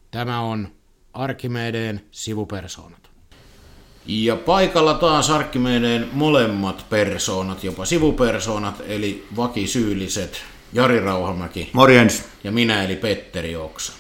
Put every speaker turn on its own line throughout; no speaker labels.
Tämä on Arkimedeen sivupersoonat. Ja paikalla taas Arkimedeen molemmat persoonat, jopa sivupersoonat, eli vakisyylliset Jari Rauhamäki.
Morjens.
Ja minä eli Petteri Oksa.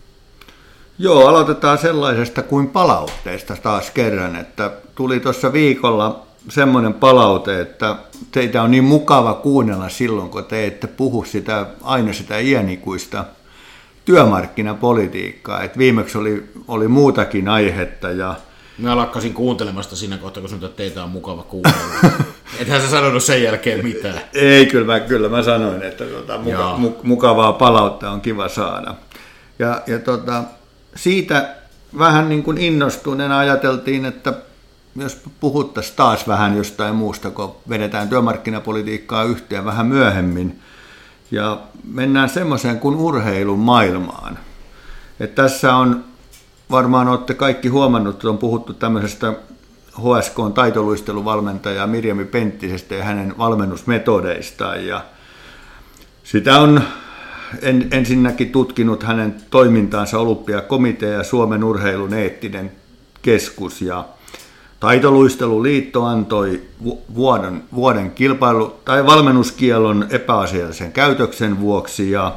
Joo, aloitetaan sellaisesta kuin palautteesta taas kerran, että tuli tuossa viikolla semmoinen palaute, että teitä on niin mukava kuunnella silloin, kun te ette puhu aina sitä iänikuista työmarkkinapolitiikkaa. Et viimeksi oli muutakin aihetta. Ja
mä lakkasin kuuntelemasta siinä kohtaa, kun sanoin, että teitä on mukava kuunnella. Ethän sä sanonut sen jälkeen mitään.
Ei, kyllä mä sanoin, että mukavaa palautta on kiva saada. Ja siitä vähän niin kuin innostuneena ajateltiin, että jos puhuttaisiin taas vähän jostain muusta, kun vedetään työmarkkinapolitiikkaa yhteen vähän myöhemmin, ja mennään semmoiseen kuin urheilun maailmaan. Että tässä on, varmaan olette kaikki huomannut, että on puhuttu tämmöisestä HSK:n taitoluisteluvalmentaja Mirjami Penttisestä ja hänen valmennusmetodeistaan, ja sitä on ensinnäkin tutkinut hänen toimintaansa Olympiakomitea ja Suomen urheilun eettinen keskus, ja Taitoluisteluliitto antoi vuoden valmennuskiellon epäasiallisen käytöksen vuoksi, ja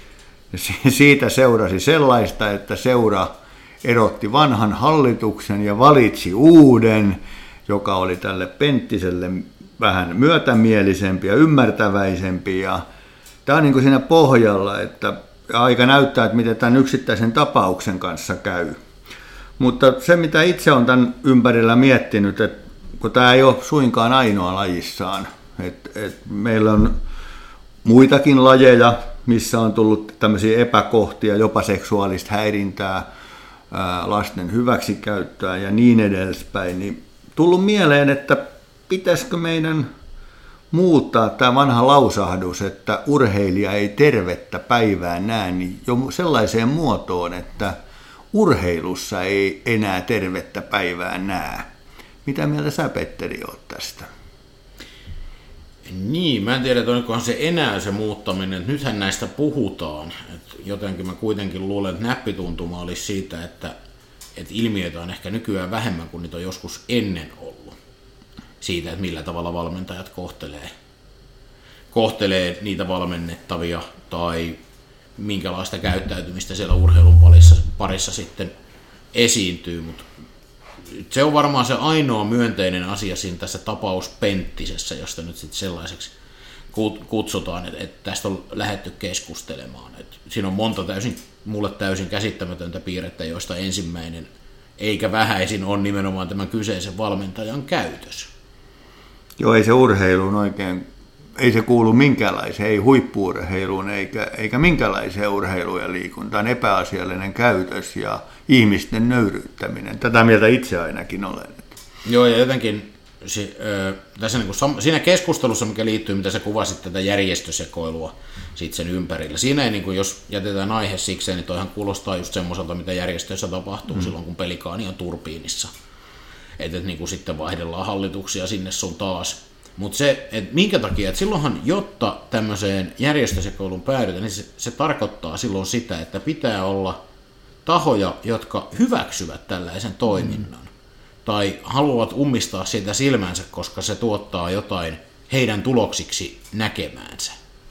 siitä seurasi sellaista, että seura erotti vanhan hallituksen ja valitsi uuden, joka oli tälle Penttiselle vähän myötämielisempi ja ymmärtäväisempi, ja tämä on niin kuin siinä pohjalla, että aika näyttää, että miten tämän yksittäisen tapauksen kanssa käy. Mutta se, mitä itse olen tämän ympärillä miettinyt, että kun tämä ei ole suinkaan ainoa lajissaan, että meillä on muitakin lajeja, missä on tullut tämmöisiä epäkohtia, jopa seksuaalista häirintää, lasten hyväksikäyttöä ja niin edespäin, niin tullut mieleen, että pitäisikö meidän muuttaa tämä vanha lausahdus, että urheilija ei tervettä päivää näe, niin jo sellaiseen muotoon, että urheilussa ei enää tervettä päivää näe. Mitä mieltä sä, Petteri, oot tästä?
Niin, mä en tiedä, että onkohan se enää se muuttaminen, että nythän näistä puhutaan. Että jotenkin mä kuitenkin luulen, että näppituntuma olisi siitä, että ilmiöitä on ehkä nykyään vähemmän kuin niitä on joskus ennen ollut. Siitä, että millä tavalla valmentajat kohtelee niitä valmennettavia tai minkälaista käyttäytymistä siellä urheilun parissa sitten esiintyy, mutta se on varmaan se ainoa myönteinen asia siinä tässä tapaus Penttisessä, josta nyt sitten sellaiseksi kutsutaan, että tästä on lähdetty keskustelemaan. Että siinä on monta mulle täysin käsittämätöntä piirrettä, joista ensimmäinen eikä vähäisin on nimenomaan tämän kyseisen valmentajan käytös.
Joo, ei se urheiluun oikein, ei se kuulu minkäänlaiseen, ei huippu-urheiluun eikä minkäänlaiseen urheiluun ja liikuntaan, epäasiallinen käytös ja ihmisten nöyryyttäminen. Tätä mieltä itse ainakin olen.
Joo, ja jotenkin tässä siinä keskustelussa, mikä liittyy, mitä sä kuvasit tätä järjestösekoilua sit sen ympärillä, siinä ei, jos jätetään aihe sikseen, niin toihan kuulostaa just semmoiselta, mitä järjestöissä tapahtuu silloin, kun pelikaani on turbiinissa. Että sitten vaihdellaan hallituksia sinne sun taas. Mutta se, että minkä takia, että silloinhan, jotta tämmöiseen järjestösekoiluun päädytään, niin se tarkoittaa silloin sitä, että pitää olla tahoja, jotka hyväksyvät tällaisen toiminnan. Tai haluavat ummistaa siitä silmänsä, koska se tuottaa jotain heidän tuloksiksi näkemäänsä.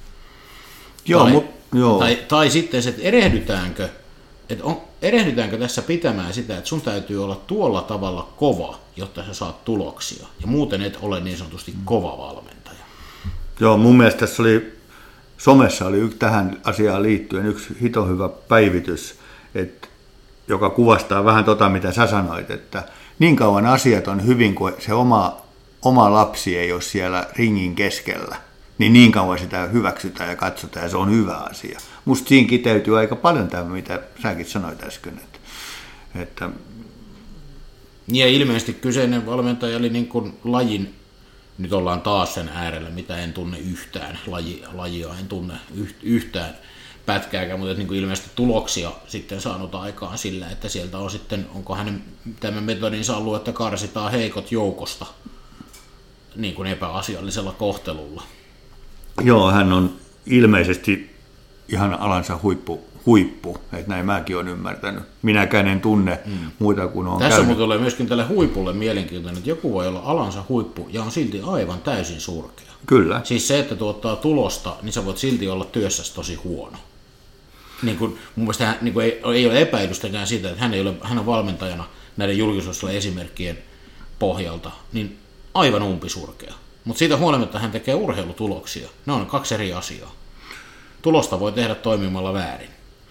Tai sitten se, että erehdytäänkö tässä pitämään sitä, että sun täytyy olla tuolla tavalla kova, jotta sä saat tuloksia, ja muuten et ole niin sanotusti kova valmentaja.
Joo, mun mielestä tässä somessa oli tähän asiaan liittyen yksi hito hyvä päivitys, joka kuvastaa vähän mitä sä sanoit, että niin kauan asiat on hyvin, kuin se oma lapsi ei ole siellä ringin keskellä, niin kauan sitä hyväksytään ja katsotaan, ja se on hyvä asia. Musta siinä kiteytyy aika paljon tämä, mitä säkin sanoit äsken. Että
ja ilmeisesti kyseinen valmentaja oli niin kuin lajin, nyt ollaan taas sen äärellä, mitä en tunne yhtään, lajia en tunne yhtään pätkääkään, mutta niin kuin ilmeisesti tuloksia sitten saanut aikaan sillä, että sieltä on sitten, onko hänen tämän metodinsa ollut, että karsitaan heikot joukosta niin kuin epäasiallisella kohtelulla.
Joo, hän on ilmeisesti ihan alansa huippu, että näin mäkin olen ymmärtänyt. Minäkään en tunne muuta kuin on
Tässä
käynyt.
tulee myöskin tälle huipulle mielenkiintoinen, että joku voi olla alansa huippu ja on silti aivan täysin surkea.
Kyllä.
Siis se, että tuottaa tulosta, niin sä voit silti olla työssäsi tosi huono. Niin kun, mun mielestä niin kun ei ole epäilystäkään siitä, että hän on valmentajana näiden julkisuudella esimerkkien pohjalta, niin aivan umpisurkea. Mutta siitä huolimatta hän tekee urheilutuloksia. Ne on 2 eri asiaa. Tulosta voi tehdä toimimalla väärin.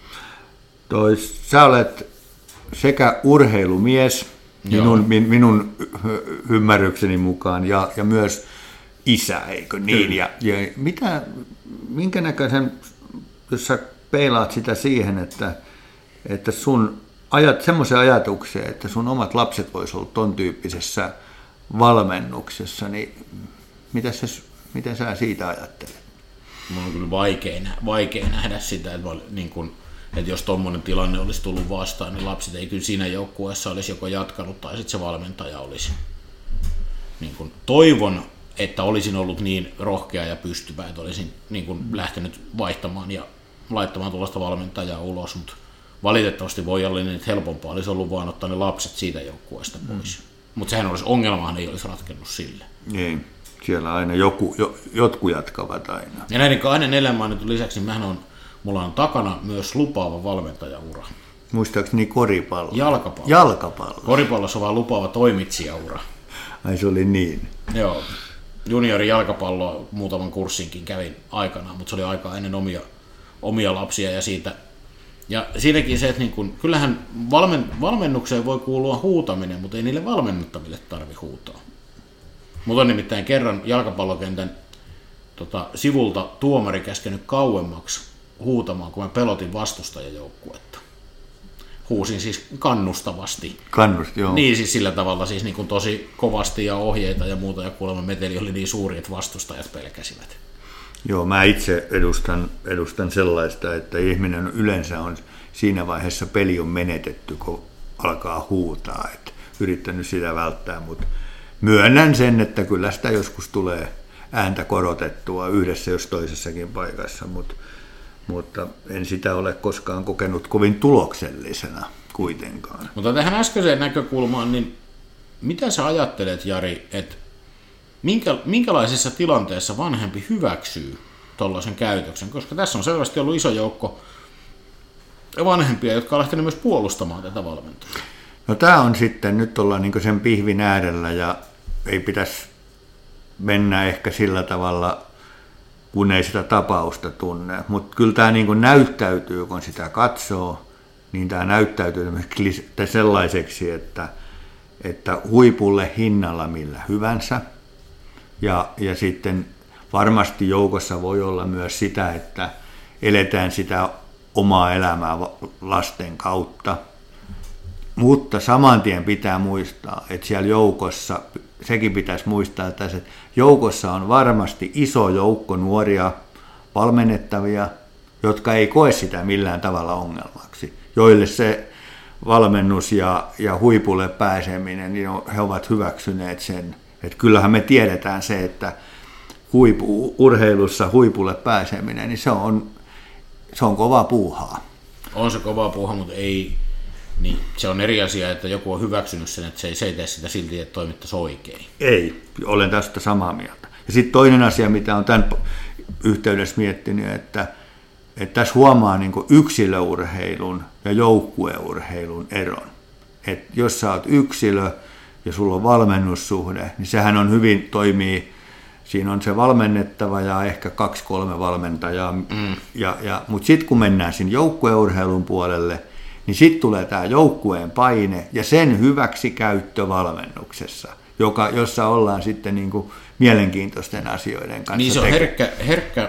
Sä olet sekä urheilumies minun ymmärrykseni mukaan ja myös isä, eikö niin? Ja minkä näköisen, jos sä peilaat sitä siihen, että sun semmoisen ajatukseen, että sun omat lapset vois olla ton tyyppisessä valmennuksessa, niin mitä sä siitä ajattelet?
Mun on kyllä vaikea nähdä sitä, että jos tommoinen tilanne olisi tullut vastaan, niin lapset ei kyllä siinä joukkueessa olisi joko jatkanut tai sitten se valmentaja olisi. Toivon, että olisin ollut niin rohkea ja pystyvä, että olisin lähtenyt vaihtamaan ja laittamaan tuollaista valmentajaa ulos, mutta valitettavasti voi olla niin, että helpompaa olisi ollut vaan ottaa ne lapset siitä joukkueesta pois. Mutta sehän olisi ongelmahan, ei olisi ratkennut sille.
Ei, siellä aina jotkut jatkavat aina.
Ja näiden 2 edellä mainitun lisäksi mulla on takana myös lupaava valmentajaura.
Muistaakseni koripallo?
Jalkapallo. Koripallossa on vaan lupaava toimitsijaura.
Ai se oli niin.
Joo. Juniorin jalkapalloa muutaman kurssinkin kävin aikanaan, mutta se oli aikaa ennen omia lapsia ja siitä. Ja siinäkin se, että kyllähän valmennukseen voi kuulua huutaminen, mutta ei niille valmennettaville tarvi huutaa. Mutta on nimittäin kerran jalkapallokentän sivulta tuomari käskenyt kauemmaksi huutamaan, kun mä pelotin vastustajajoukkuetta. Huusin siis kannustavasti.
Joo.
Niin siis sillä tavalla siis tosi kovasti ja ohjeita ja muuta, ja kuulemma meteli oli niin suuri, että vastustajat pelkäsivät.
Joo, mä itse edustan sellaista, että ihminen yleensä on siinä vaiheessa peli on menetetty, kun alkaa huutaa. Et yrittänyt sitä välttää, mutta myönnän sen, että kyllä sitä joskus tulee ääntä korotettua yhdessä jos toisessakin paikassa, mutta en sitä ole koskaan kokenut kovin tuloksellisena kuitenkaan.
Mutta tähän äskeiseen näkökulmaan, niin mitä sä ajattelet, Jari, että minkälaisessa tilanteessa vanhempi hyväksyy tuollaisen käytöksen? Koska tässä on selvästi ollut iso joukko vanhempia, jotka on lähtenyt myös puolustamaan tätä valmentoa.
No tämä on sitten, nyt ollaan niin sen pihvin äärellä ja ei pitäisi mennä ehkä sillä tavalla, kun ei sitä tapausta tunne. Mutta kyllä tämä niin näyttäytyy, kun sitä katsoo, niin tämä näyttäytyy sellaiseksi, että huipulle hinnalla millä hyvänsä. Ja sitten varmasti joukossa voi olla myös sitä, että eletään sitä omaa elämää lasten kautta. Mutta saman tien pitää muistaa, että siellä joukossa, sekin pitäisi muistaa, että joukossa on varmasti iso joukko nuoria valmennettavia, jotka ei koe sitä millään tavalla ongelmaksi, joille se valmennus ja huipulle pääseminen, niin he ovat hyväksyneet sen. Että kyllähän me tiedetään se, että urheilussa huipulle pääseminen, niin se on kova puuhaa.
On se kova puuhaa, mutta ei, niin se on eri asia, että joku on hyväksynyt sen, että se ei tee sitä silti, että toimittaisi oikein.
Ei, olen tästä samaa mieltä. Ja sitten toinen asia, mitä on tämän yhteydessä miettinyt, että tässä huomaa niin kuin yksilöurheilun ja joukkueurheilun eron. Että jos sä oot yksilö ja sulla on valmennussuhde, niin sehän on hyvin toimii. Siinä on se valmennettava ja ehkä 2-3 valmentajaa. Mutta sitten kun mennään sinne joukkueurheilun puolelle, niin sitten tulee tämä joukkueen paine ja sen hyväksikäyttö valmennuksessa, jossa ollaan sitten niinku mielenkiintoisten asioiden kanssa.
Niin se on herkkä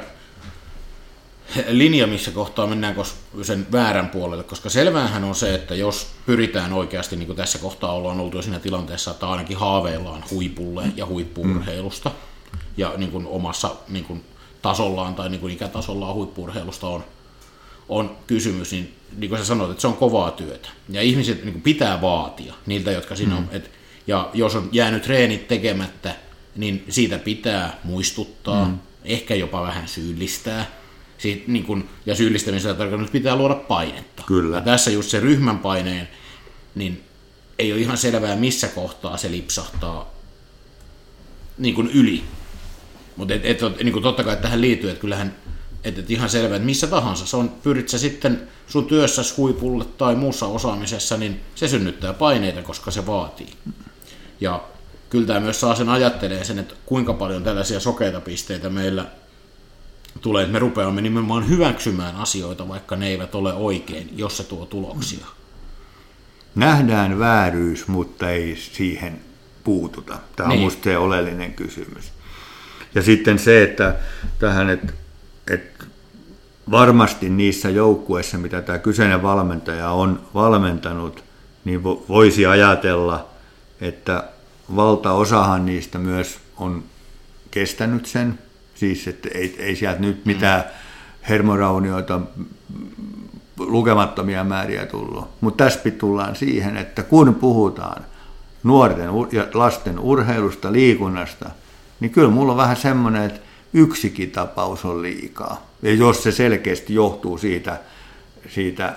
linja, missä kohtaa mennään sen väärän puolelle, koska selväänhän on se, että jos pyritään oikeasti, niin kuin tässä kohtaa ollaan oltu jo siinä tilanteessa, että ainakin haaveillaan huipulle ja huippu-urheilusta, ja niin kuin omassa niin kuin tasollaan tai niin kuin ikätasollaan huippu-urheilusta on kysymys, niin kuin sä sanoit, että se on kovaa työtä. Ja ihmiset niin kuin pitää vaatia niiltä, jotka siinä on. Ja jos on jäänyt treenit tekemättä, niin siitä pitää muistuttaa, ehkä jopa vähän syyllistää. niin kun, ja syyllistämisellä tarkoittaa, että pitää luoda painetta.
Kyllä.
Ja tässä just se ryhmän paineen, niin ei ole ihan selvää, missä kohtaa se lipsahtaa niin kuin yli. Mutta niin totta kai tähän liittyy, että kyllähän et ihan selvää, että missä tahansa se on, pyrit sä sitten sun työssäsi huipulle tai muussa osaamisessa, niin se synnyttää paineita, koska se vaatii. Ja kyllä tämä myös saa sen ajattelee sen, että kuinka paljon tällaisia sokeita pisteitä meillä tulee, että me rupeamme nimenomaan hyväksymään asioita, vaikka ne eivät ole oikein, jos se tuo tuloksia.
Nähdään vääryys, mutta ei siihen puututa. Tämä on
niin.
musta se oleellinen kysymys. Ja sitten se, että tähän, että varmasti niissä joukkueissa, mitä tämä kyseinen valmentaja on valmentanut, niin voisi ajatella, että valtaosahan niistä myös on kestänyt sen. Siis, että ei sieltä nyt mitään hermoraunioita, lukemattomia määriä tullut. Mutta tässä tullaan siihen, että kun puhutaan nuorten ja lasten urheilusta, liikunnasta, niin kyllä mulla on vähän semmoinen, että yksikin tapaus on liikaa. Ja jos se selkeästi johtuu siitä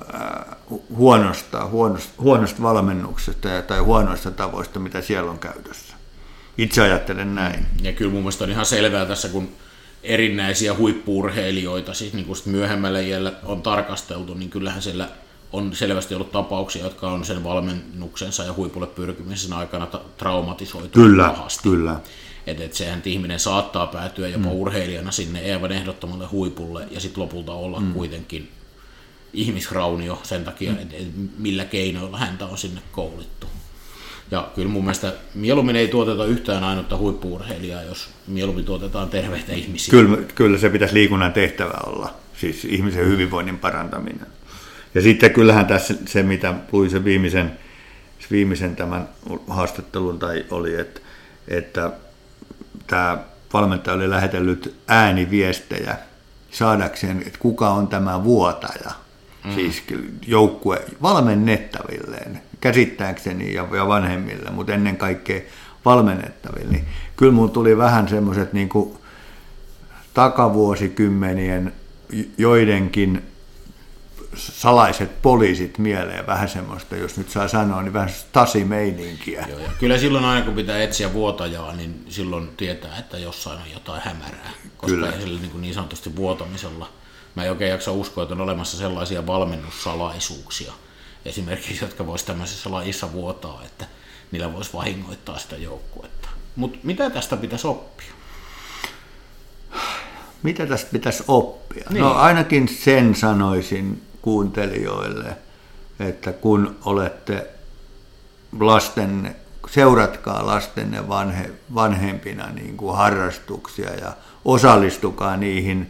huonosta valmennuksesta tai huonoista tavoista, mitä siellä on käytössä. Itse ajattelen näin.
Ja kyllä mun mielestä on ihan selvää tässä, kun erinäisiä huippu-urheilijoita siis niin kuin myöhemmällä iällä on tarkasteltu, niin kyllähän siellä on selvästi ollut tapauksia, jotka on sen valmennuksensa ja huipulle pyrkimisen aikana traumatisoitu pahasti.
Kyllä.
Että sehän ihminen saattaa päätyä jopa urheilijana sinne aivan ehdottomalle huipulle ja sitten lopulta olla kuitenkin ihmisraunio sen takia, että millä keinoilla häntä on sinne koulittu. Ja kyllä mun mielestä mieluummin ei tuoteta yhtään ainutta huippu-urheilijaa, jos mieluummin tuotetaan terveitä ihmisiä.
Kyllä se pitäisi liikunnan tehtävä olla, siis ihmisen hyvinvoinnin parantaminen. Ja sitten kyllähän tässä se, mitä luin se viimeisen tämän haastattelun oli, että tämä valmentaja oli lähetellyt ääniviestejä saadakseen, että kuka on tämä vuotaja, siis joukkue valmennettavilleen, käsittääkseni ja vanhemmille, mutta ennen kaikkea valmennettaville. Niin kyllä minulla tuli vähän semmoiset niin kuin takavuosikymmenien joidenkin salaiset poliisit mieleen, vähän semmoista, jos nyt saa sanoa, niin vähän tasimeininkiä.
Joo, ja kyllä silloin aina, kun pitää etsiä vuotajaa, niin silloin tietää, että jossain on jotain hämärää, koska ei sillä niin sanotusti vuotamisella. Mä en oikein jaksa uskoa, että on olemassa sellaisia valmennussalaisuuksia, esimerkiksi, jotka vois tämmöisessä lajissa vuotaa, että niillä voisi vahingoittaa sitä joukkuetta. Mutta mitä tästä pitäisi oppia?
Mitä tästä pitäisi oppia?
Niin.
No ainakin sen sanoisin kuuntelijoille, että kun olette seuratkaa lastenne vanhempina niin kuin harrastuksia ja osallistukaa niihin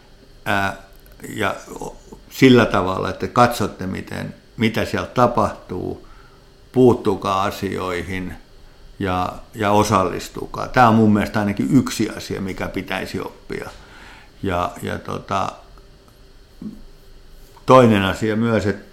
ja sillä tavalla, että katsotte mitä siellä tapahtuu, puuttukaa asioihin ja osallistukaa. Tämä on mun mielestä ainakin yksi asia, mikä pitäisi oppia. Ja toinen asia myös, että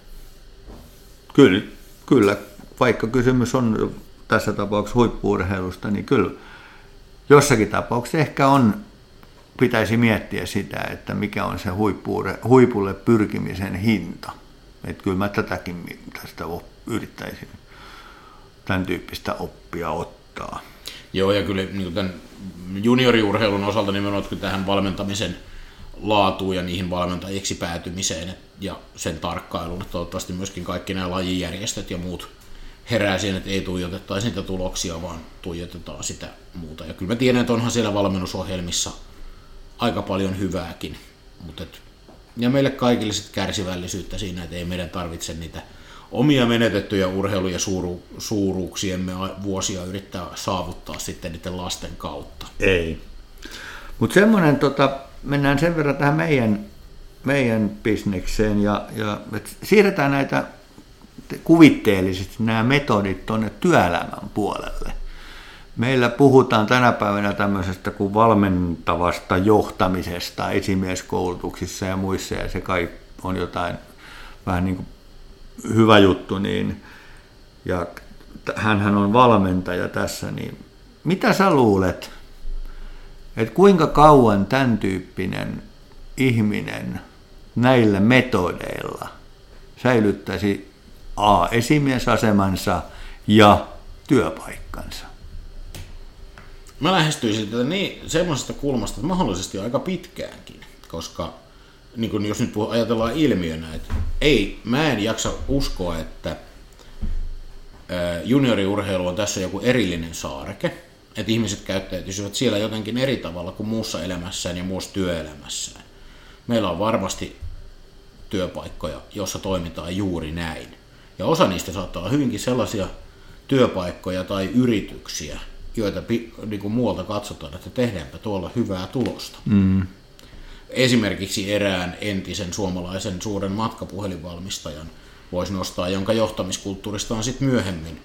kyllä, vaikka kysymys on tässä tapauksessa huippu-urheilusta, niin kyllä jossakin tapauksessa ehkä pitäisi miettiä sitä, että mikä on se huipulle pyrkimisen hinta. Että kyllä mä tätäkin tästä yrittäisin tämän tyyppistä oppia ottaa.
Joo, ja kyllä niin tämän junioriurheilun osalta nimenomaan tähän valmentamisen laatuun ja niihin valmentajiksi päätymiseen ja sen tarkkailuun, että toivottavasti myöskin kaikki nämä lajijärjestöt ja muut herää siihen, että ei tuijotettaisi niitä tuloksia, vaan tuijotetaan sitä muuta. Ja kyllä mä tiedän, että onhan siellä valmennusohjelmissa aika paljon hyvääkin, ja meille kaikille sitten kärsivällisyyttä siinä, että ei meidän tarvitse niitä omia menetettyjä urheilu- ja suuruuksiemme vuosia yrittää saavuttaa sitten niiden lasten kautta.
Ei. Mutta semmoinen, mennään sen verran tähän meidän bisnekseen ja siirretään näitä kuvitteellisesti nämä metodit tuonne työelämän puolelle. Meillä puhutaan tänä päivänä tämmöisestä kuin valmentavasta johtamisesta esimieskoulutuksissa ja muissa, ja se kai on jotain vähän niin kuin hyvä juttu, niin, ja hänhän on valmentaja tässä, niin mitä sä luulet, että kuinka kauan tämän tyyppinen ihminen näillä metodeilla säilyttäisi esimiesasemansa ja työpaikkansa?
Mä lähestyisin tätä semmoisesta kulmasta, että mahdollisesti aika pitkäänkin, koska niin kun jos nyt ajatellaan ilmiönä, että mä en jaksa uskoa, että junioriurheilu on tässä joku erillinen saareke, että ihmiset käyttäytyisivät siellä jotenkin eri tavalla kuin muussa elämässään ja muussa työelämässään. Meillä on varmasti työpaikkoja, joissa toimitaan juuri näin. Ja osa niistä saattaa olla hyvinkin sellaisia työpaikkoja tai yrityksiä, joita niin kuin muualta katsotaan, että tehdäänpä tuolla hyvää tulosta. Esimerkiksi erään entisen suomalaisen suuren matkapuhelinvalmistajan voisi nostaa, jonka johtamiskulttuurista on sitten myöhemmin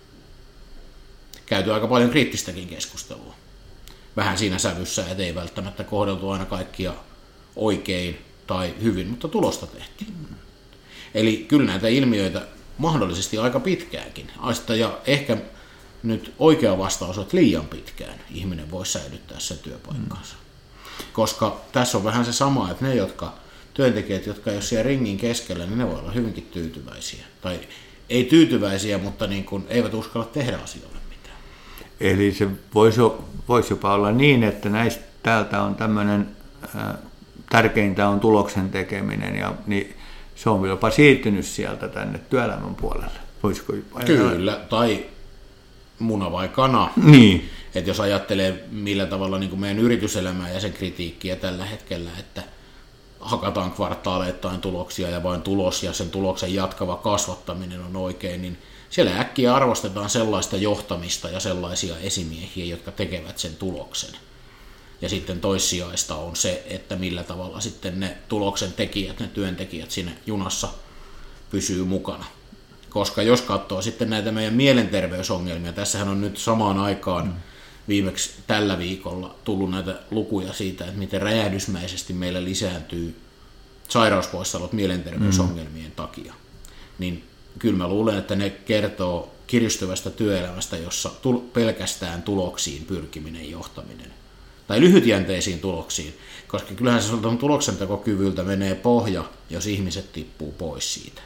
käyty aika paljon kriittistäkin keskustelua. Vähän siinä sävyssä, ettei välttämättä kohdeltu aina kaikkia oikein tai hyvin, mutta tulosta tehtiin. Eli kyllä näitä ilmiöitä mahdollisesti aika pitkäänkin. Ja ehkä nyt oikea vastaus on, että liian pitkään ihminen voi säilyttää sen työpaikkansa. Koska tässä on vähän se sama, että ne työntekijät, jotka ei ole siellä ringin keskellä, niin ne voi olla hyvinkin tyytyväisiä. Tai ei tyytyväisiä, mutta niin kuin eivät uskalla tehdä asioille mitään.
Eli se voisi jopa olla niin, että täältä on tämmöinen, tärkeintä on tuloksen tekeminen, ja niin se on jopa siirtynyt sieltä tänne työelämän puolelle. Voisiko
Kyllä, tai muna vai kana.
Niin.
Että jos ajattelee millä tavalla niin kuin meidän yrityselämää ja sen kritiikkiä tällä hetkellä, että hakataan kvartaaleittain tuloksia ja vain tulos ja sen tuloksen jatkava kasvattaminen on oikein, niin siellä äkkiä arvostetaan sellaista johtamista ja sellaisia esimiehiä, jotka tekevät sen tuloksen. Ja sitten toissijaista on se, että millä tavalla sitten ne tuloksen tekijät, ne työntekijät siinä junassa pysyy mukana. Koska jos katsoo sitten näitä meidän mielenterveysongelmia, tässähän on nyt samaan aikaan viimeksi tällä viikolla tullut näitä lukuja siitä, että miten räjähdysmäisesti meillä lisääntyy sairauspoissaolot mielenterveysongelmien takia. Niin kyllä mä luulen, että ne kertoo kiristyvästä työelämästä, jossa pelkästään tuloksiin pyrkiminen johtaminen. Tai lyhytjänteisiin tuloksiin, koska kyllähän se tuloksentekokyvyltä menee pohja, jos ihmiset tippuu pois siitä.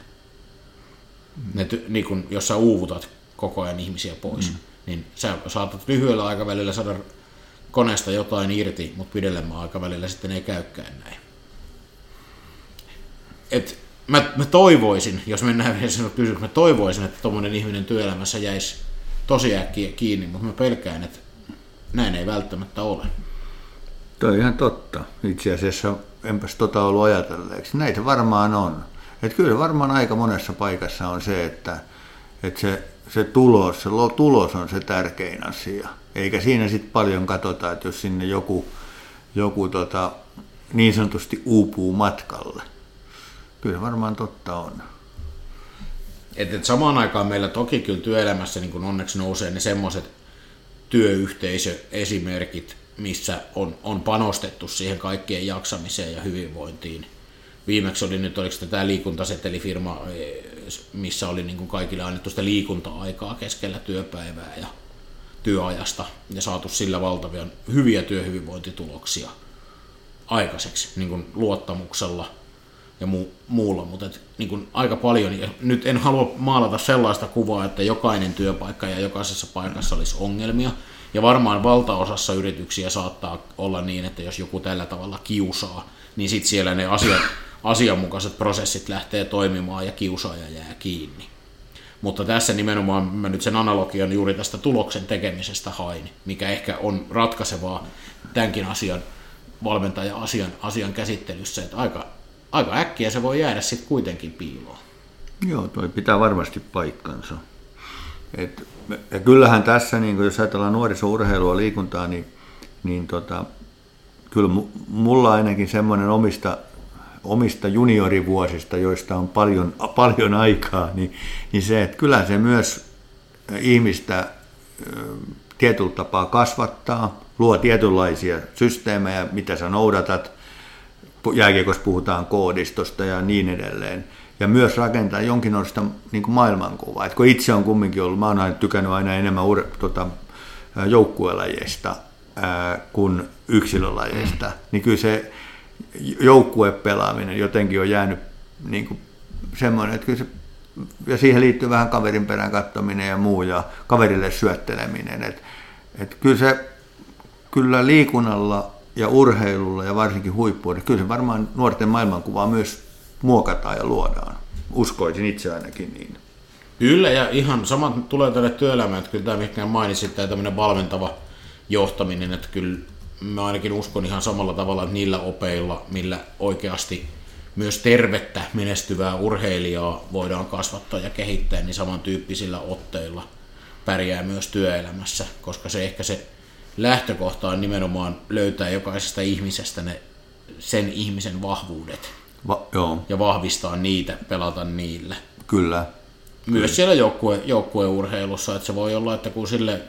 Niin kun, jos sä uuvutat koko ajan ihmisiä pois, niin sä saatat lyhyellä aikavälillä saada koneesta jotain irti, mutta pidemmän aikavälillä sitten ei käykään näin. Mä toivoisin, jos mennään vielä sinun kysymykseen, mä toivoisin, että tommonen ihminen työelämässä jäisi tosi äkkiä kiinni, mutta mä pelkään, että näin ei välttämättä ole.
Toi on ihan totta. Itse asiassa enpäs ollut ajatelleeksi. Näitä varmaan on. Että kyllä varmaan aika monessa paikassa on se, että se tulos on se tärkein asia. Eikä siinä sitten paljon katsota, että jos sinne joku niin sanotusti uupuu matkalle. Kyllä varmaan totta on.
Et samaan aikaan meillä toki kyllä työelämässä niin kun onneksi nousee ne semmoiset työyhteisöesimerkit, missä on panostettu siihen kaikkien jaksamiseen ja hyvinvointiin. Viimeksi oli nyt, oliko tämä liikuntasetelifirma, missä oli niin kuin kaikille annettu sitä liikunta-aikaa keskellä työpäivää ja työajasta ja saatu sillä valtavia hyviä työhyvinvointituloksia aikaiseksi niin kuin luottamuksella ja muulla, mutta niin kuin aika paljon. Ja nyt en halua maalata sellaista kuvaa, että jokainen työpaikka ja jokaisessa paikassa olisi ongelmia. Ja varmaan valtaosassa yrityksiä saattaa olla niin, että jos joku tällä tavalla kiusaa, niin sitten siellä ne asianmukaiset prosessit lähtee toimimaan ja kiusaaja jää kiinni. Mutta tässä nimenomaan mä nyt sen analogian juuri tästä tuloksen tekemisestä hain, mikä ehkä on ratkaisevaa tämänkin asian valmentaja-asian käsittelyssä, että aika äkkiä se voi jäädä sitten kuitenkin piiloon.
Joo, toi pitää varmasti paikkansa. Ja kyllähän tässä, niin jos ajatellaan nuorisourheilua, liikuntaa, niin kyllä mulla ainakin semmoinen omista juniorivuosista, joista on paljon aikaa, niin se, että kyllä se myös ihmistä tietyllä tapaa kasvattaa, luo tietynlaisia systeemejä, mitä sä noudatat, jääkiekossa puhutaan koodistosta ja niin edelleen, ja myös rakentaa jonkinlaista niin kuin maailmankuvaa. Et kun itse on kumminkin ollut, mä oon aina tykännyt aina enemmän joukkuelajeista kuin yksilölajeista, niin kyllä se joukkuepelaaminen jotenkin on jäänyt niin kuin semmoinen, että kyllä se, ja siihen liittyy vähän kaverin perään katsominen ja muu ja kaverille syötteleminen. Kyllä liikunnalla ja urheilulla ja varsinkin huippuudella, kyllä se varmaan nuorten maailmankuvaa myös muokataan ja luodaan. Uskoisin itse ainakin niin.
Kyllä, ja ihan sama tulee tälle työelämään, että kyllä tämä, mikä mainitsit, tämä tämmöinen valmentava johtaminen, että kyllä mä ainakin uskon ihan samalla tavalla, että niillä opeilla, millä oikeasti myös tervettä, menestyvää urheilijaa voidaan kasvattaa ja kehittää, niin samantyyppisillä otteilla pärjää myös työelämässä, koska se ehkä se lähtökohta on nimenomaan löytää jokaisesta ihmisestä sen ihmisen vahvuudet ja vahvistaa niitä, pelata niillä.
Kyllä.
Myös siellä joukkueurheilussa, että se voi olla, että kun sille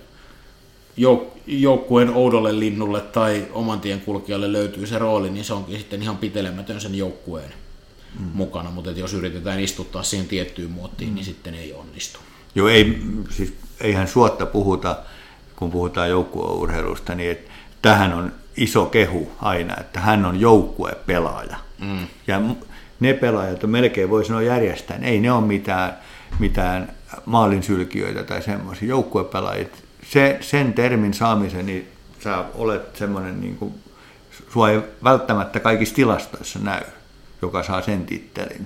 joukkueen oudolle linnulle tai oman tien kulkijalle löytyy se rooli, niin se onkin sitten ihan pitelemätön sen joukkueen mukana, mutta jos yritetään istuttaa siihen tiettyyn muottiin, niin sitten ei onnistu.
Joo, eihän suotta puhuta, kun puhutaan joukkueurheilusta, niin että tähän on iso kehu aina, että hän on joukkuepelaaja. Ja ne pelaajat on melkein, voi sanoa järjestään, ei ne ole mitään maalinsylkijöitä tai semmoisia joukkuepelaajia. Sen termin saamisen, niin sä olet semmoinen, niin kuin, sua ei välttämättä kaikissa tilastoissa näy, joka saa sen tittelin.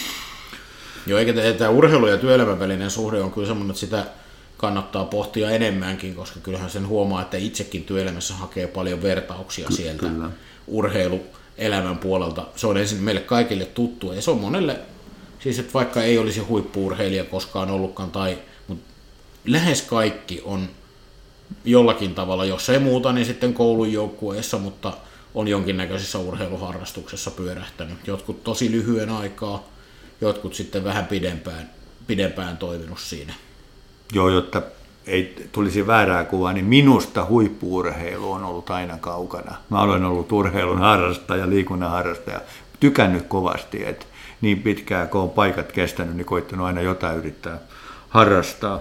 Joo, eikä tämä urheilu- ja työelämän välinen suhde on kyllä semmoinen, että sitä kannattaa pohtia enemmänkin, koska kyllähän sen huomaa, että itsekin työelämässä hakee paljon vertauksia sieltä urheiluelämän puolelta. Se on ensin meille kaikille tuttu, ja se on monelle, siis että vaikka ei olisi huippu-urheilija koskaan ollutkaan, mutta lähes kaikki on jollakin tavalla, jos ei muuta, niin sitten koulun joukkueessa, mutta on jonkinnäköisessä urheiluharrastuksessa pyörähtänyt. Jotkut tosi lyhyen aikaa, jotkut sitten vähän pidempään toiminut siinä. Joo,
jotta ei tulisi väärää kuvaa, niin minusta huippu-urheilu on ollut aina kaukana. Mä olen ollut urheilun harrastaja, liikunnan harrastaja, tykännyt kovasti, että niin pitkään kun on paikat kestänyt, niin koittanut aina jotain yrittää harrastaa.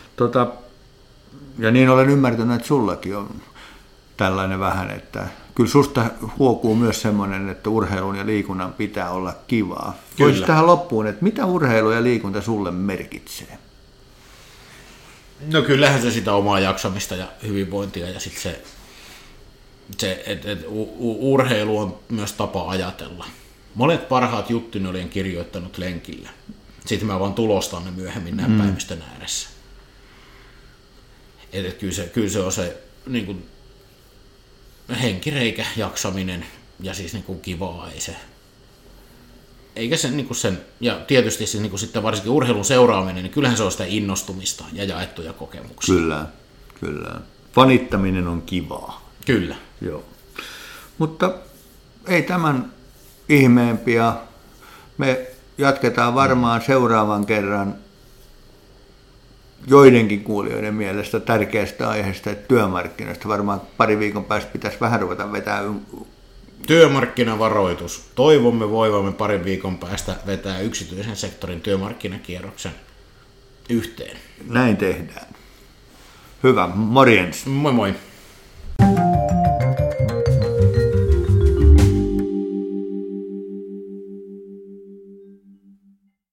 Ja niin olen ymmärtänyt, että sullakin on tällainen vähän, että kyllä susta huokuu myös semmoinen, että urheilun ja liikunnan pitää olla kivaa. Voisi tähän loppuun, että mitä urheilu ja liikunta sulle merkitsee?
No kyllähän se sitä omaa jaksamista ja hyvinvointia ja sitten että urheilu on myös tapa ajatella. Monet parhaat juttuni olen kirjoittanut lenkillä. Sitten mä vaan tulostan ne myöhemmin näppäimistön ääressä. Kyllä se on se niin kuin, henkireikä, jaksaminen ja siis niin kuin, kivaa, ei se. Eikä se niin kuin sen, ja tietysti se, niin kuin sitten varsinkin urheilun seuraaminen, niin kyllähän se on sitä innostumista ja jaettuja kokemuksia.
Kyllä. Fanittaminen on kivaa.
Kyllä.
Joo. Mutta ei tämän ihmeempiä. Me jatketaan varmaan seuraavan kerran joidenkin kuulijoiden mielestä tärkeästä aiheesta, että työmarkkinoista. Varmaan pari viikon päästä pitäisi vähän ruveta vetää.
Työmarkkinavaroitus. Toivomme voivamme parin viikon päästä vetää yksityisen sektorin työmarkkinakierroksen yhteen.
Näin tehdään. Hyvä, morjens.
Moi moi.